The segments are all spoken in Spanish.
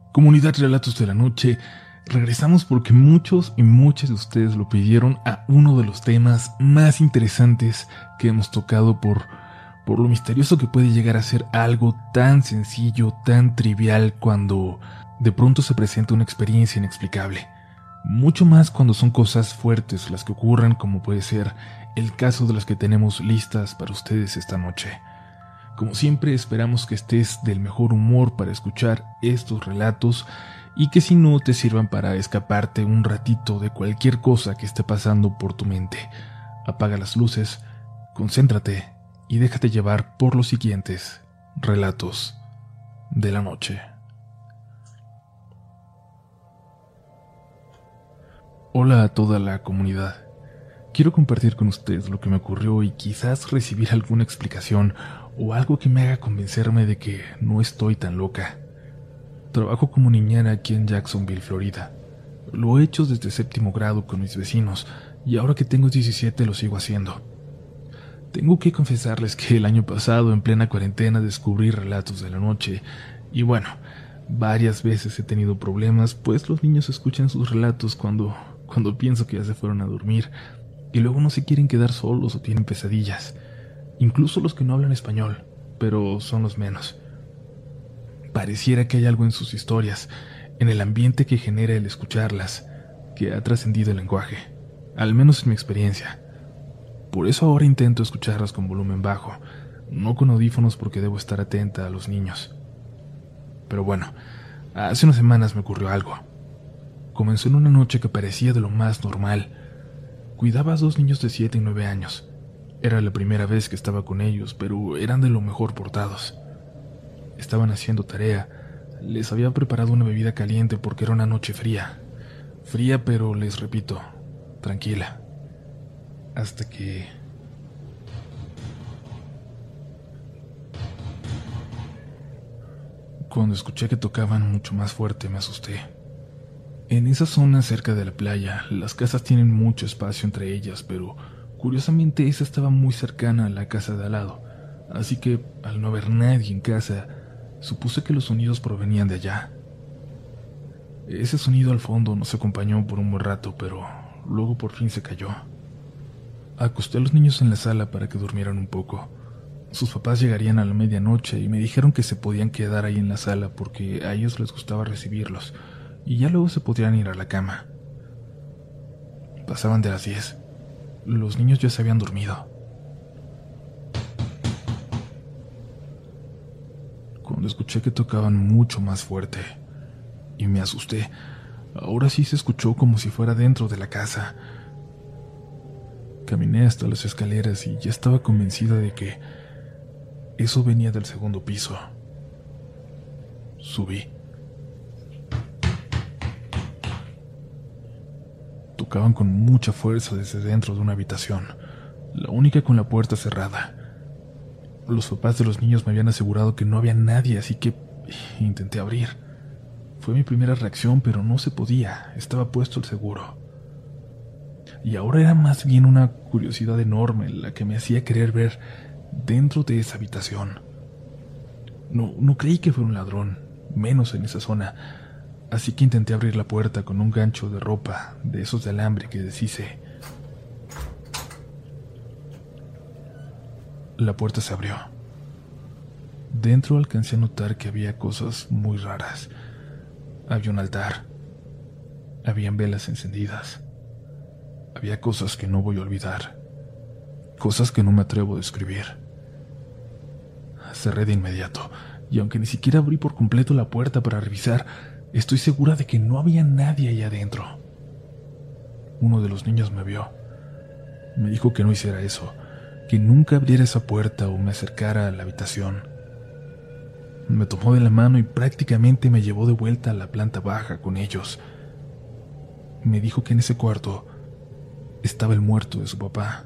Comunidad Relatos de la Noche, regresamos porque muchos y muchas de ustedes lo pidieron a uno de los temas más interesantes que hemos tocado por lo misterioso que puede llegar a ser algo tan sencillo, tan trivial cuando de pronto se presenta una experiencia inexplicable. Mucho más cuando son cosas fuertes las que ocurren, como puede ser el caso de las que tenemos listas para ustedes esta noche. Como siempre, esperamos que estés del mejor humor para escuchar estos relatos y que si no te sirvan para escaparte un ratito de cualquier cosa que esté pasando por tu mente. Apaga las luces, concéntrate y déjate llevar por los siguientes relatos de la noche. Hola a toda la comunidad. Quiero compartir con ustedes lo que me ocurrió y quizás recibir alguna explicación o algo que me haga convencerme de que no estoy tan loca. Trabajo como niñera aquí en Jacksonville, Florida. Lo he hecho desde 7º grado con mis vecinos y ahora que tengo 17 lo sigo haciendo. Tengo que confesarles que el año pasado, en plena cuarentena, descubrí relatos de la noche y bueno, varias veces he tenido problemas, pues los niños escuchan sus relatos cuando pienso que ya se fueron a dormir y luego no se quieren quedar solos o tienen pesadillas. Incluso los que no hablan español, pero son los menos. Pareciera que hay algo en sus historias, en el ambiente que genera el escucharlas, que ha trascendido el lenguaje, al menos en mi experiencia. Por eso ahora intento escucharlas con volumen bajo, no con audífonos porque debo estar atenta a los niños. Pero bueno, hace unas semanas me ocurrió algo. Comenzó en una noche que parecía de lo más normal. Cuidaba a 2 niños de 7 y 9 años. Era la primera vez que estaba con ellos, pero eran de lo mejor portados. Estaban haciendo tarea. Les había preparado una bebida caliente porque era una noche fría. Fría, pero les repito, tranquila. Hasta que... Cuando escuché que tocaban mucho más fuerte, me asusté. En esa zona cerca de la playa, las casas tienen mucho espacio entre ellas, pero curiosamente esa estaba muy cercana a la casa de al lado, así que al no haber nadie en casa, supuse que los sonidos provenían de allá. Ese sonido al fondo nos acompañó por un buen rato, pero luego por fin se cayó. Acosté a los niños en la sala para que durmieran un poco. Sus papás llegarían a la medianoche y me dijeron que se podían quedar ahí en la sala porque a ellos les gustaba recibirlos, y ya luego se podrían ir a la cama. Pasaban de las 10. Los niños ya se habían dormido. Cuando escuché que tocaban mucho más fuerte, y me asusté. Ahora sí se escuchó como si fuera dentro de la casa. Caminé hasta las escaleras y ya estaba convencida de que eso venía del 2º piso. Subí. Tocaban con mucha fuerza desde dentro de una habitación, la única con la puerta cerrada. Los papás de los niños me habían asegurado que no había nadie, así que intenté abrir. Fue mi primera reacción, pero no se podía, estaba puesto el seguro. Y ahora era más bien una curiosidad enorme la que me hacía querer ver dentro de esa habitación. No creí que fuera un ladrón, menos en esa zona, así que intenté abrir la puerta con un gancho de ropa, de esos de alambre que deshice. La puerta se abrió. Dentro alcancé a notar que había cosas muy raras. Había un altar. Habían velas encendidas. Había cosas que no voy a olvidar. Cosas que no me atrevo a describir. Cerré de inmediato, y aunque ni siquiera abrí por completo la puerta para revisar, estoy segura de que no había nadie allá adentro. Uno de los niños me vio. Me dijo que no hiciera eso, que nunca abriera esa puerta o me acercara a la habitación. Me tomó de la mano y prácticamente me llevó de vuelta a la planta baja con ellos. Me dijo que en ese cuarto estaba el muerto de su papá.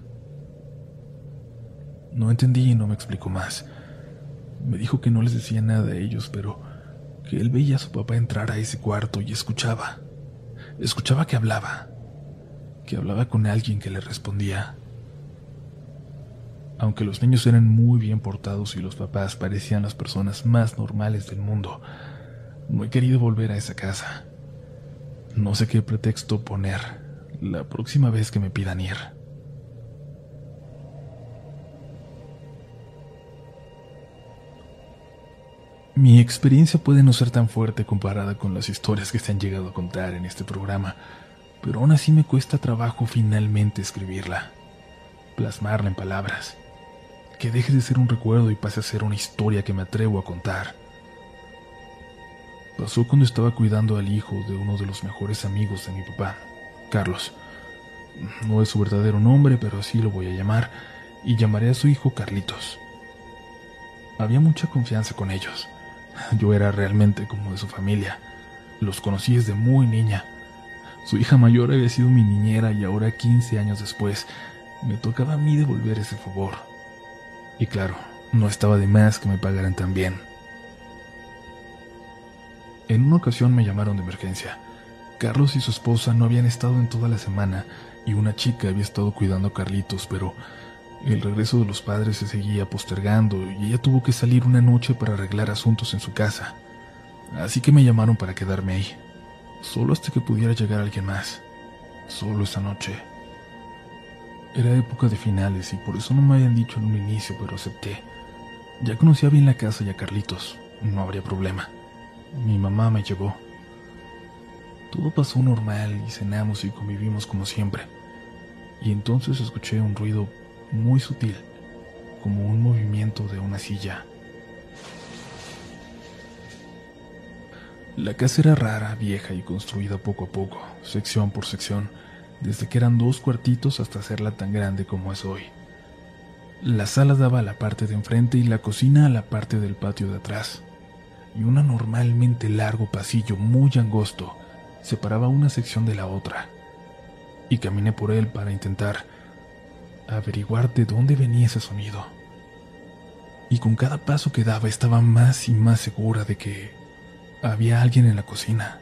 No entendí y no me explicó más. Me dijo que no les decía nada a ellos, pero que él veía a su papá entrar a ese cuarto y escuchaba que hablaba con alguien que le respondía. Aunque los niños eran muy bien portados y los papás parecían las personas más normales del mundo, No he querido volver a esa casa. No sé qué pretexto poner la próxima vez que me pidan ir. Mi experiencia puede no ser tan fuerte comparada con las historias que se han llegado a contar en este programa, pero aún así me cuesta trabajo finalmente escribirla, plasmarla en palabras, que deje de ser un recuerdo y pase a ser una historia que me atrevo a contar. Pasó cuando estaba cuidando al hijo de uno de los mejores amigos de mi papá, Carlos. No es su verdadero nombre, pero así lo voy a llamar, y llamaré a su hijo Carlitos. Había mucha confianza con ellos. Yo era realmente como de su familia. Los conocí desde muy niña. Su hija mayor había sido mi niñera y ahora, 15 años después, me tocaba a mí devolver ese favor. Y claro, no estaba de más que me pagaran tan bien. En una ocasión me llamaron de emergencia. Carlos y su esposa no habían estado en toda la semana y una chica había estado cuidando a Carlitos, pero el regreso de los padres se seguía postergando y ella tuvo que salir una noche para arreglar asuntos en su casa. Así que me llamaron para quedarme ahí, solo hasta que pudiera llegar alguien más. Solo esa noche. Era época de finales y por eso no me habían dicho en un inicio, pero acepté. Ya conocía bien la casa y a Carlitos, no habría problema. Mi mamá me llevó. Todo pasó normal y cenamos y convivimos como siempre. Y entonces escuché un ruido muy sutil, como un movimiento de una silla. La casa era rara, vieja y construida poco a poco, sección por sección, desde que eran 2 cuartitos hasta hacerla tan grande como es hoy. La sala daba a la parte de enfrente y la cocina a la parte del patio de atrás, y un anormalmente largo pasillo muy angosto separaba una sección de la otra, y caminé por él para intentar averiguar de dónde venía ese sonido. Y con cada paso que daba estaba más y más segura de que había alguien en la cocina.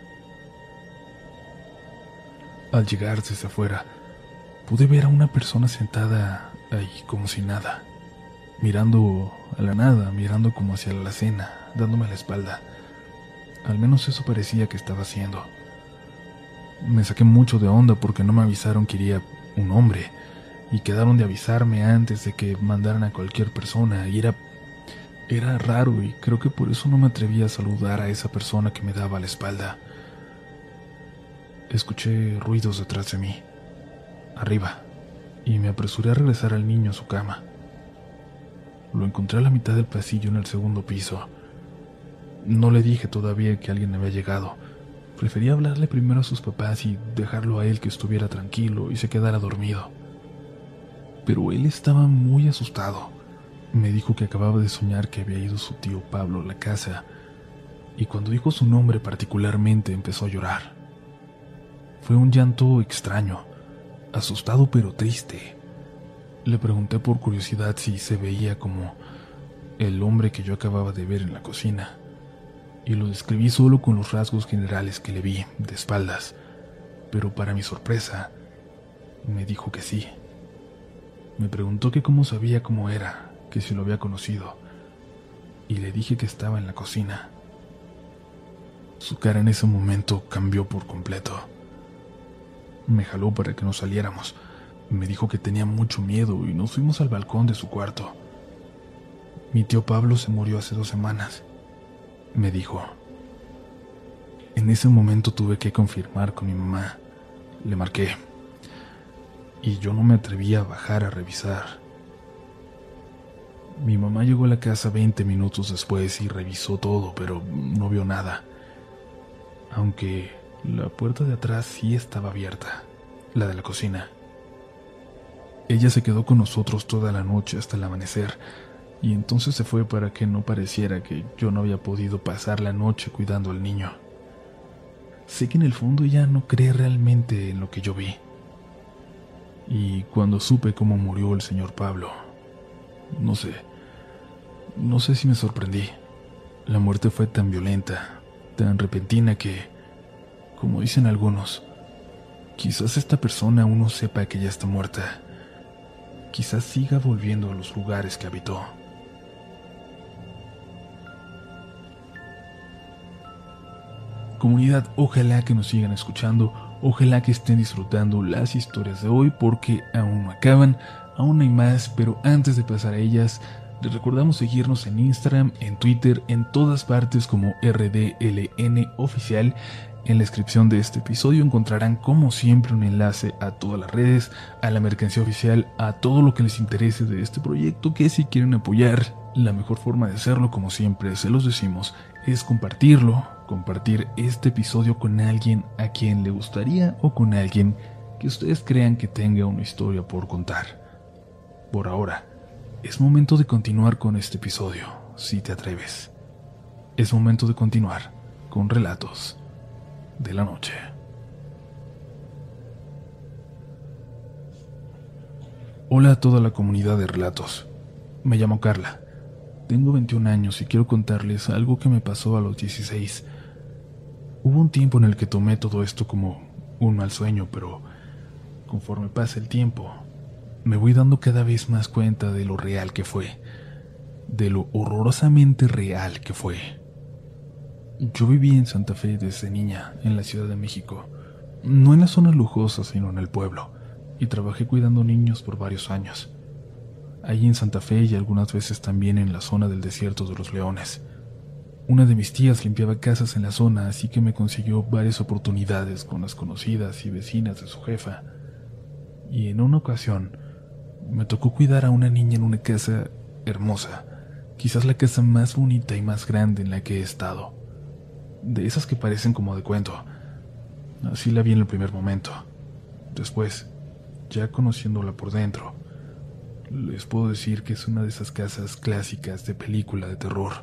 Al llegar desde afuera, pude ver a una persona sentada ahí como si nada, mirando a la nada, mirando como hacia la alacena, dándome la espalda. Al menos eso parecía que estaba haciendo. Me saqué mucho de onda porque no me avisaron que iría un hombre, y quedaron de avisarme antes de que mandaran a cualquier persona, y era raro, y creo que por eso no me atreví a saludar a esa persona que me daba la espalda. Escuché ruidos detrás de mí, arriba, y me apresuré a regresar al niño a su cama. Lo encontré a la mitad del pasillo en el segundo piso. No le dije todavía que alguien había llegado. Preferí hablarle primero a sus papás y dejarlo a él que estuviera tranquilo y se quedara dormido. Pero él estaba muy asustado. Me dijo que acababa de soñar que había ido su tío Pablo a la casa, y cuando dijo su nombre particularmente empezó a llorar. Fue un llanto extraño, asustado pero triste. Le pregunté por curiosidad si se veía como el hombre que yo acababa de ver en la cocina, y lo describí solo con los rasgos generales que le vi de espaldas, pero para mi sorpresa, me dijo que sí. Me preguntó que cómo sabía cómo era, que si lo había conocido, y le dije que estaba en la cocina. Su cara en ese momento cambió por completo. Me jaló para que nos saliéramos. Me dijo que tenía mucho miedo y nos fuimos al balcón de su cuarto. Mi tío Pablo se murió hace 2 semanas, me dijo. En ese momento tuve que confirmar con mi mamá. Le marqué, y yo no me atrevía a bajar a revisar. Mi mamá llegó a la casa 20 minutos después y revisó todo, pero no vio nada. Aunque la puerta de atrás sí estaba abierta, la de la cocina. Ella se quedó con nosotros toda la noche hasta el amanecer, y entonces se fue para que no pareciera que yo no había podido pasar la noche cuidando al niño. Sé que en el fondo ella no cree realmente en lo que yo vi. Y cuando supe cómo murió el señor Pablo, no sé si me sorprendí. La muerte fue tan violenta, tan repentina que, como dicen algunos, quizás esta persona aún no sepa que ya está muerta. Quizás siga volviendo a los lugares que habitó. Comunidad, ojalá que nos sigan escuchando, ojalá que estén disfrutando las historias de hoy porque aún no acaban, aún hay más, pero antes de pasar a ellas, les recordamos seguirnos en Instagram, en Twitter, en todas partes como RDLN Oficial. En la descripción de este episodio encontrarán como siempre un enlace a todas las redes, a la mercancía oficial, a todo lo que les interese de este proyecto, que si quieren apoyar, la mejor forma de hacerlo, como siempre se los decimos, es compartir este episodio con alguien a quien le gustaría o con alguien que ustedes crean que tenga una historia por contar. Por ahora, es momento de continuar con este episodio, si te atreves. Es momento de continuar con Relatos de la Noche. Hola a toda la comunidad de relatos. Me llamo Carla. Tengo 21 años y quiero contarles algo que me pasó a los 16. Hubo un tiempo en el que tomé todo esto como un mal sueño, pero conforme pasa el tiempo, me voy dando cada vez más cuenta de lo real que fue, de lo horrorosamente real que fue. Yo viví en Santa Fe desde niña, en la Ciudad de México, no en la zona lujosa, sino en el pueblo, y trabajé cuidando niños por varios años. Ahí en Santa Fe y algunas veces también en la zona del Desierto de los Leones. Una de mis tías limpiaba casas en la zona, así que me consiguió varias oportunidades con las conocidas y vecinas de su jefa. Y en una ocasión, me tocó cuidar a una niña en una casa hermosa, quizás la casa más bonita y más grande en la que he estado. De esas que parecen como de cuento. Así la vi en el primer momento. Después, ya conociéndola por dentro, les puedo decir que es una de esas casas clásicas de película de terror.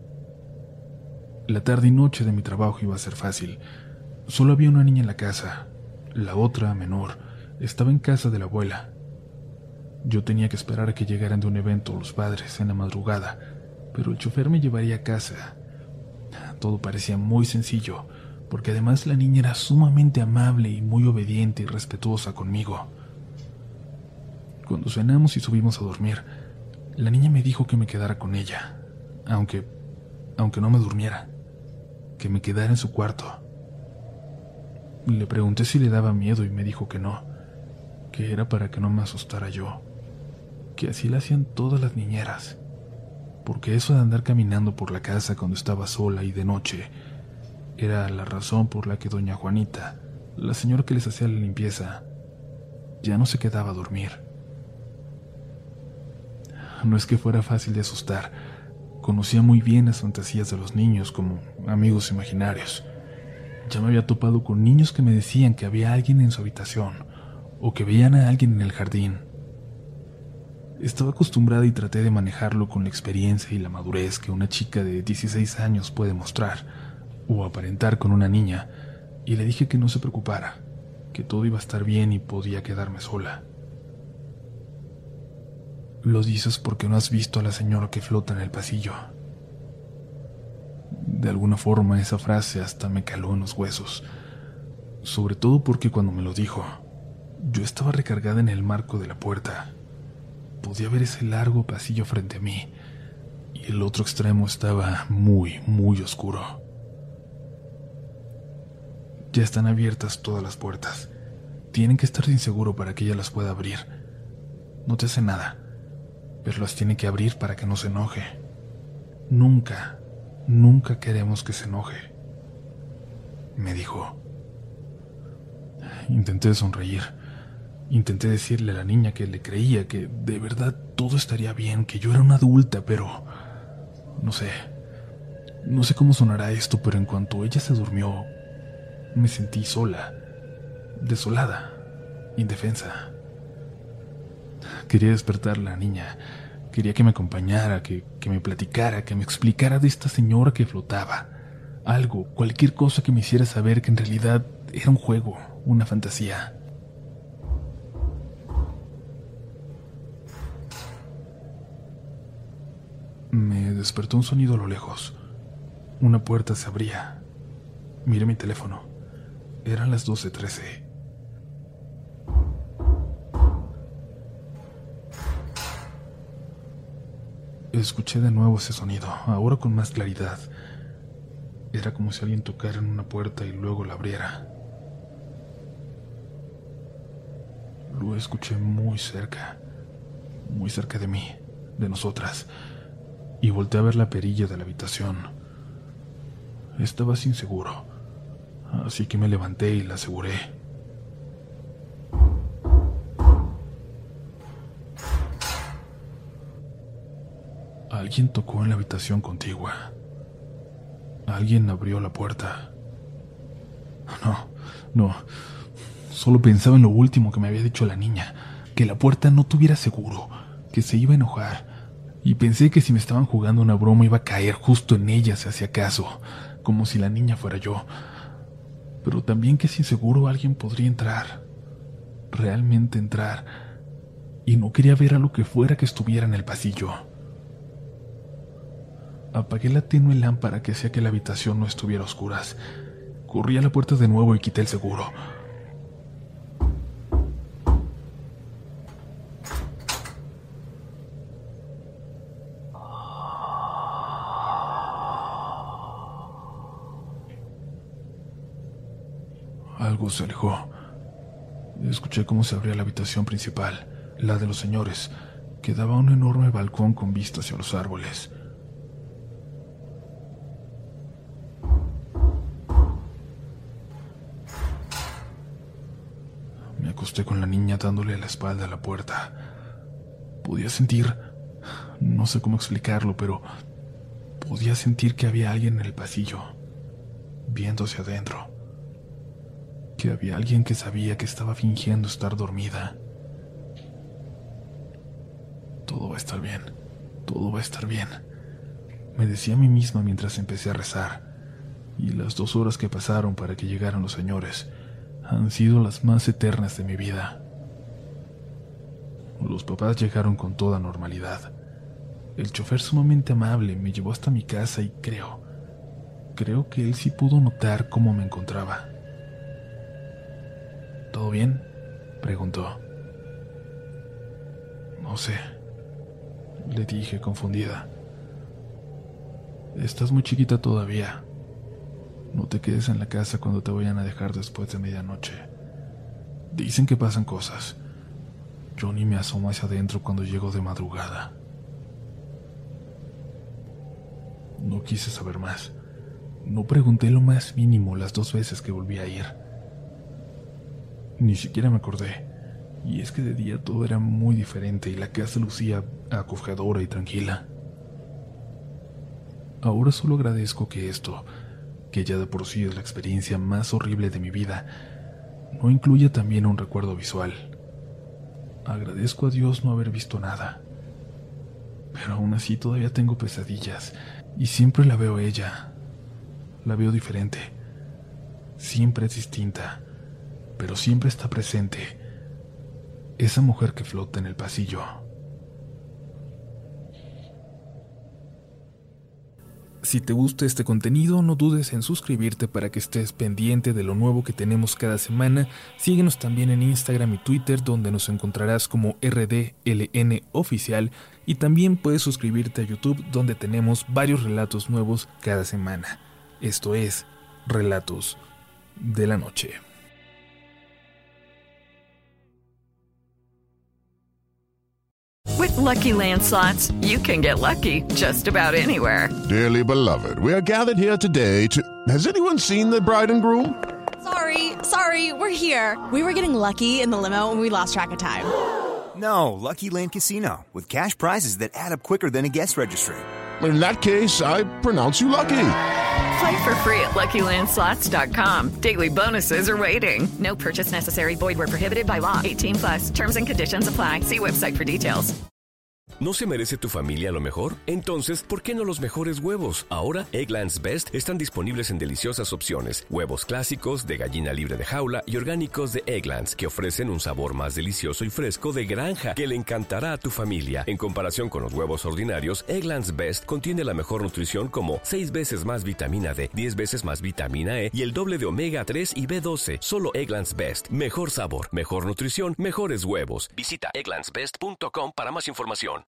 La tarde y noche de mi trabajo iba a ser fácil. Solo había una niña en la casa. La otra, menor, estaba en casa de la abuela. Yo tenía que esperar a que llegaran de un evento los padres en la madrugada, pero el chofer me llevaría a casa. Todo parecía muy sencillo, porque además la niña era sumamente amable y muy obediente y respetuosa conmigo. Cuando cenamos y subimos a dormir, la niña me dijo que me quedara con ella, aunque no me durmiera, que me quedara en su cuarto. Le pregunté si le daba miedo y me dijo que no, que era para que no me asustara yo, que así la hacían todas las niñeras, porque eso de andar caminando por la casa cuando estaba sola y de noche era la razón por la que doña Juanita, la señora que les hacía la limpieza, ya no se quedaba a dormir. No es que fuera fácil de asustar. Conocía muy bien las fantasías de los niños como amigos imaginarios. Ya me había topado con niños que me decían que había alguien en su habitación o que veían a alguien en el jardín. Estaba acostumbrada y traté de manejarlo con la experiencia y la madurez que una chica de 16 años puede mostrar o aparentar con una niña, y le dije que no se preocupara, que todo iba a estar bien y podía quedarme sola. Lo dices porque no has visto a la señora que flota en el pasillo. De alguna forma esa frase hasta me caló en los huesos, sobre todo porque cuando me lo dijo, yo estaba recargada en el marco de la puerta. Podía ver ese largo pasillo frente a mí, y el otro extremo estaba muy, muy oscuro. Ya están abiertas todas las puertas. Tienen que estar sin seguro para que ella las pueda abrir. No te hace nada, pero las tiene que abrir para que no se enoje. Nunca, nunca queremos que se enoje, me dijo. Intenté sonreír. Intenté decirle a la niña que le creía, que de verdad todo estaría bien, que yo era una adulta, pero no sé cómo sonará esto, pero en cuanto ella se durmió, me sentí sola, desolada, indefensa. Quería despertar a la niña, quería que me acompañara, que me platicara, que me explicara de esta señora que flotaba. Algo, cualquier cosa que me hiciera saber que en realidad era un juego, una fantasía. Me despertó un sonido a lo lejos. Una puerta se abría. Miré mi teléfono. Eran las 12:13. Escuché de nuevo ese sonido, ahora con más claridad. Era como si alguien tocara en una puerta y luego la abriera. Lo escuché muy cerca de mí, de nosotras, y volteé a ver la perilla de la habitación. Estaba inseguro, así que me levanté y la aseguré. Alguien tocó en la habitación contigua. Alguien abrió la puerta. No. Solo pensaba en lo último que me había dicho la niña, que la puerta no tuviera seguro, que se iba a enojar. Y pensé que si me estaban jugando una broma iba a caer justo en ella si hacía caso, como si la niña fuera yo. Pero también que sin seguro alguien podría entrar, realmente entrar, y no quería ver a lo que fuera que estuviera en el pasillo. Apagué la tenue lámpara que hacía que la habitación no estuviera a oscuras. Corrí a la puerta de nuevo y quité el seguro. Algo se alejó. Escuché cómo se abría la habitación principal, la de los señores, que daba a un enorme balcón con vista hacia los árboles. Me acosté con la niña dándole la espalda a la puerta. Podía sentir, no sé cómo explicarlo, pero podía sentir que había alguien en el pasillo, viendo hacia adentro. Que había alguien que sabía que estaba fingiendo estar dormida. Todo va a estar bien, todo va a estar bien, me decía a mí misma mientras empecé a rezar, y las 2 horas que pasaron para que llegaran los señores han sido las más eternas de mi vida. Los papás llegaron con toda normalidad. El chofer sumamente amable me llevó hasta mi casa y creo que él sí pudo notar cómo me encontraba. ¿Todo bien?, preguntó. No sé, le dije confundida. Estás muy chiquita todavía. No te quedes en la casa cuando te vayan a dejar después de medianoche. Dicen que pasan cosas. Yo ni me asomo hacia adentro cuando llego de madrugada. No quise saber más. No pregunté lo más mínimo las 2 veces que volví a ir. Ni siquiera me acordé. Y es que de día todo era muy diferente y la casa lucía acogedora y tranquila. Ahora solo agradezco que esto, que ya de por sí es la experiencia más horrible de mi vida, no incluya también un recuerdo visual. Agradezco a Dios no haber visto nada. Pero aún así todavía tengo pesadillas y siempre la veo a ella. La veo diferente. Siempre es distinta, pero siempre está presente. Esa mujer que flota en el pasillo. Si te gusta este contenido, no dudes en suscribirte para que estés pendiente de lo nuevo que tenemos cada semana. Síguenos también en Instagram y Twitter, donde nos encontrarás como RDLN Oficial, y también puedes suscribirte a YouTube, donde tenemos varios relatos nuevos cada semana. Esto es Relatos de la Noche. With Lucky Land Slots, you can get lucky just about anywhere. Dearly beloved, we are gathered here today to... Has anyone seen the bride and groom? Sorry, we're here. We were getting lucky in the limo and we lost track of time. No, Lucky Land Casino, with cash prizes that add up quicker than a guest registry. In that case, I pronounce you lucky. Play for free at LuckyLandSlots.com. Daily bonuses are waiting. No purchase necessary. Void where prohibited by law. 18+. Terms and conditions apply. See website for details. ¿No se merece tu familia lo mejor? Entonces, ¿por qué no los mejores huevos? Ahora, Eggland's Best están disponibles en deliciosas opciones. Huevos clásicos, de gallina libre de jaula y orgánicos de Eggland's, que ofrecen un sabor más delicioso y fresco de granja que le encantará a tu familia. En comparación con los huevos ordinarios, Eggland's Best contiene la mejor nutrición como 6 veces más vitamina D, 10 veces más vitamina E y el doble de omega 3 y B12. Solo Eggland's Best. Mejor sabor, mejor nutrición, mejores huevos. Visita egglandsbest.com para más información.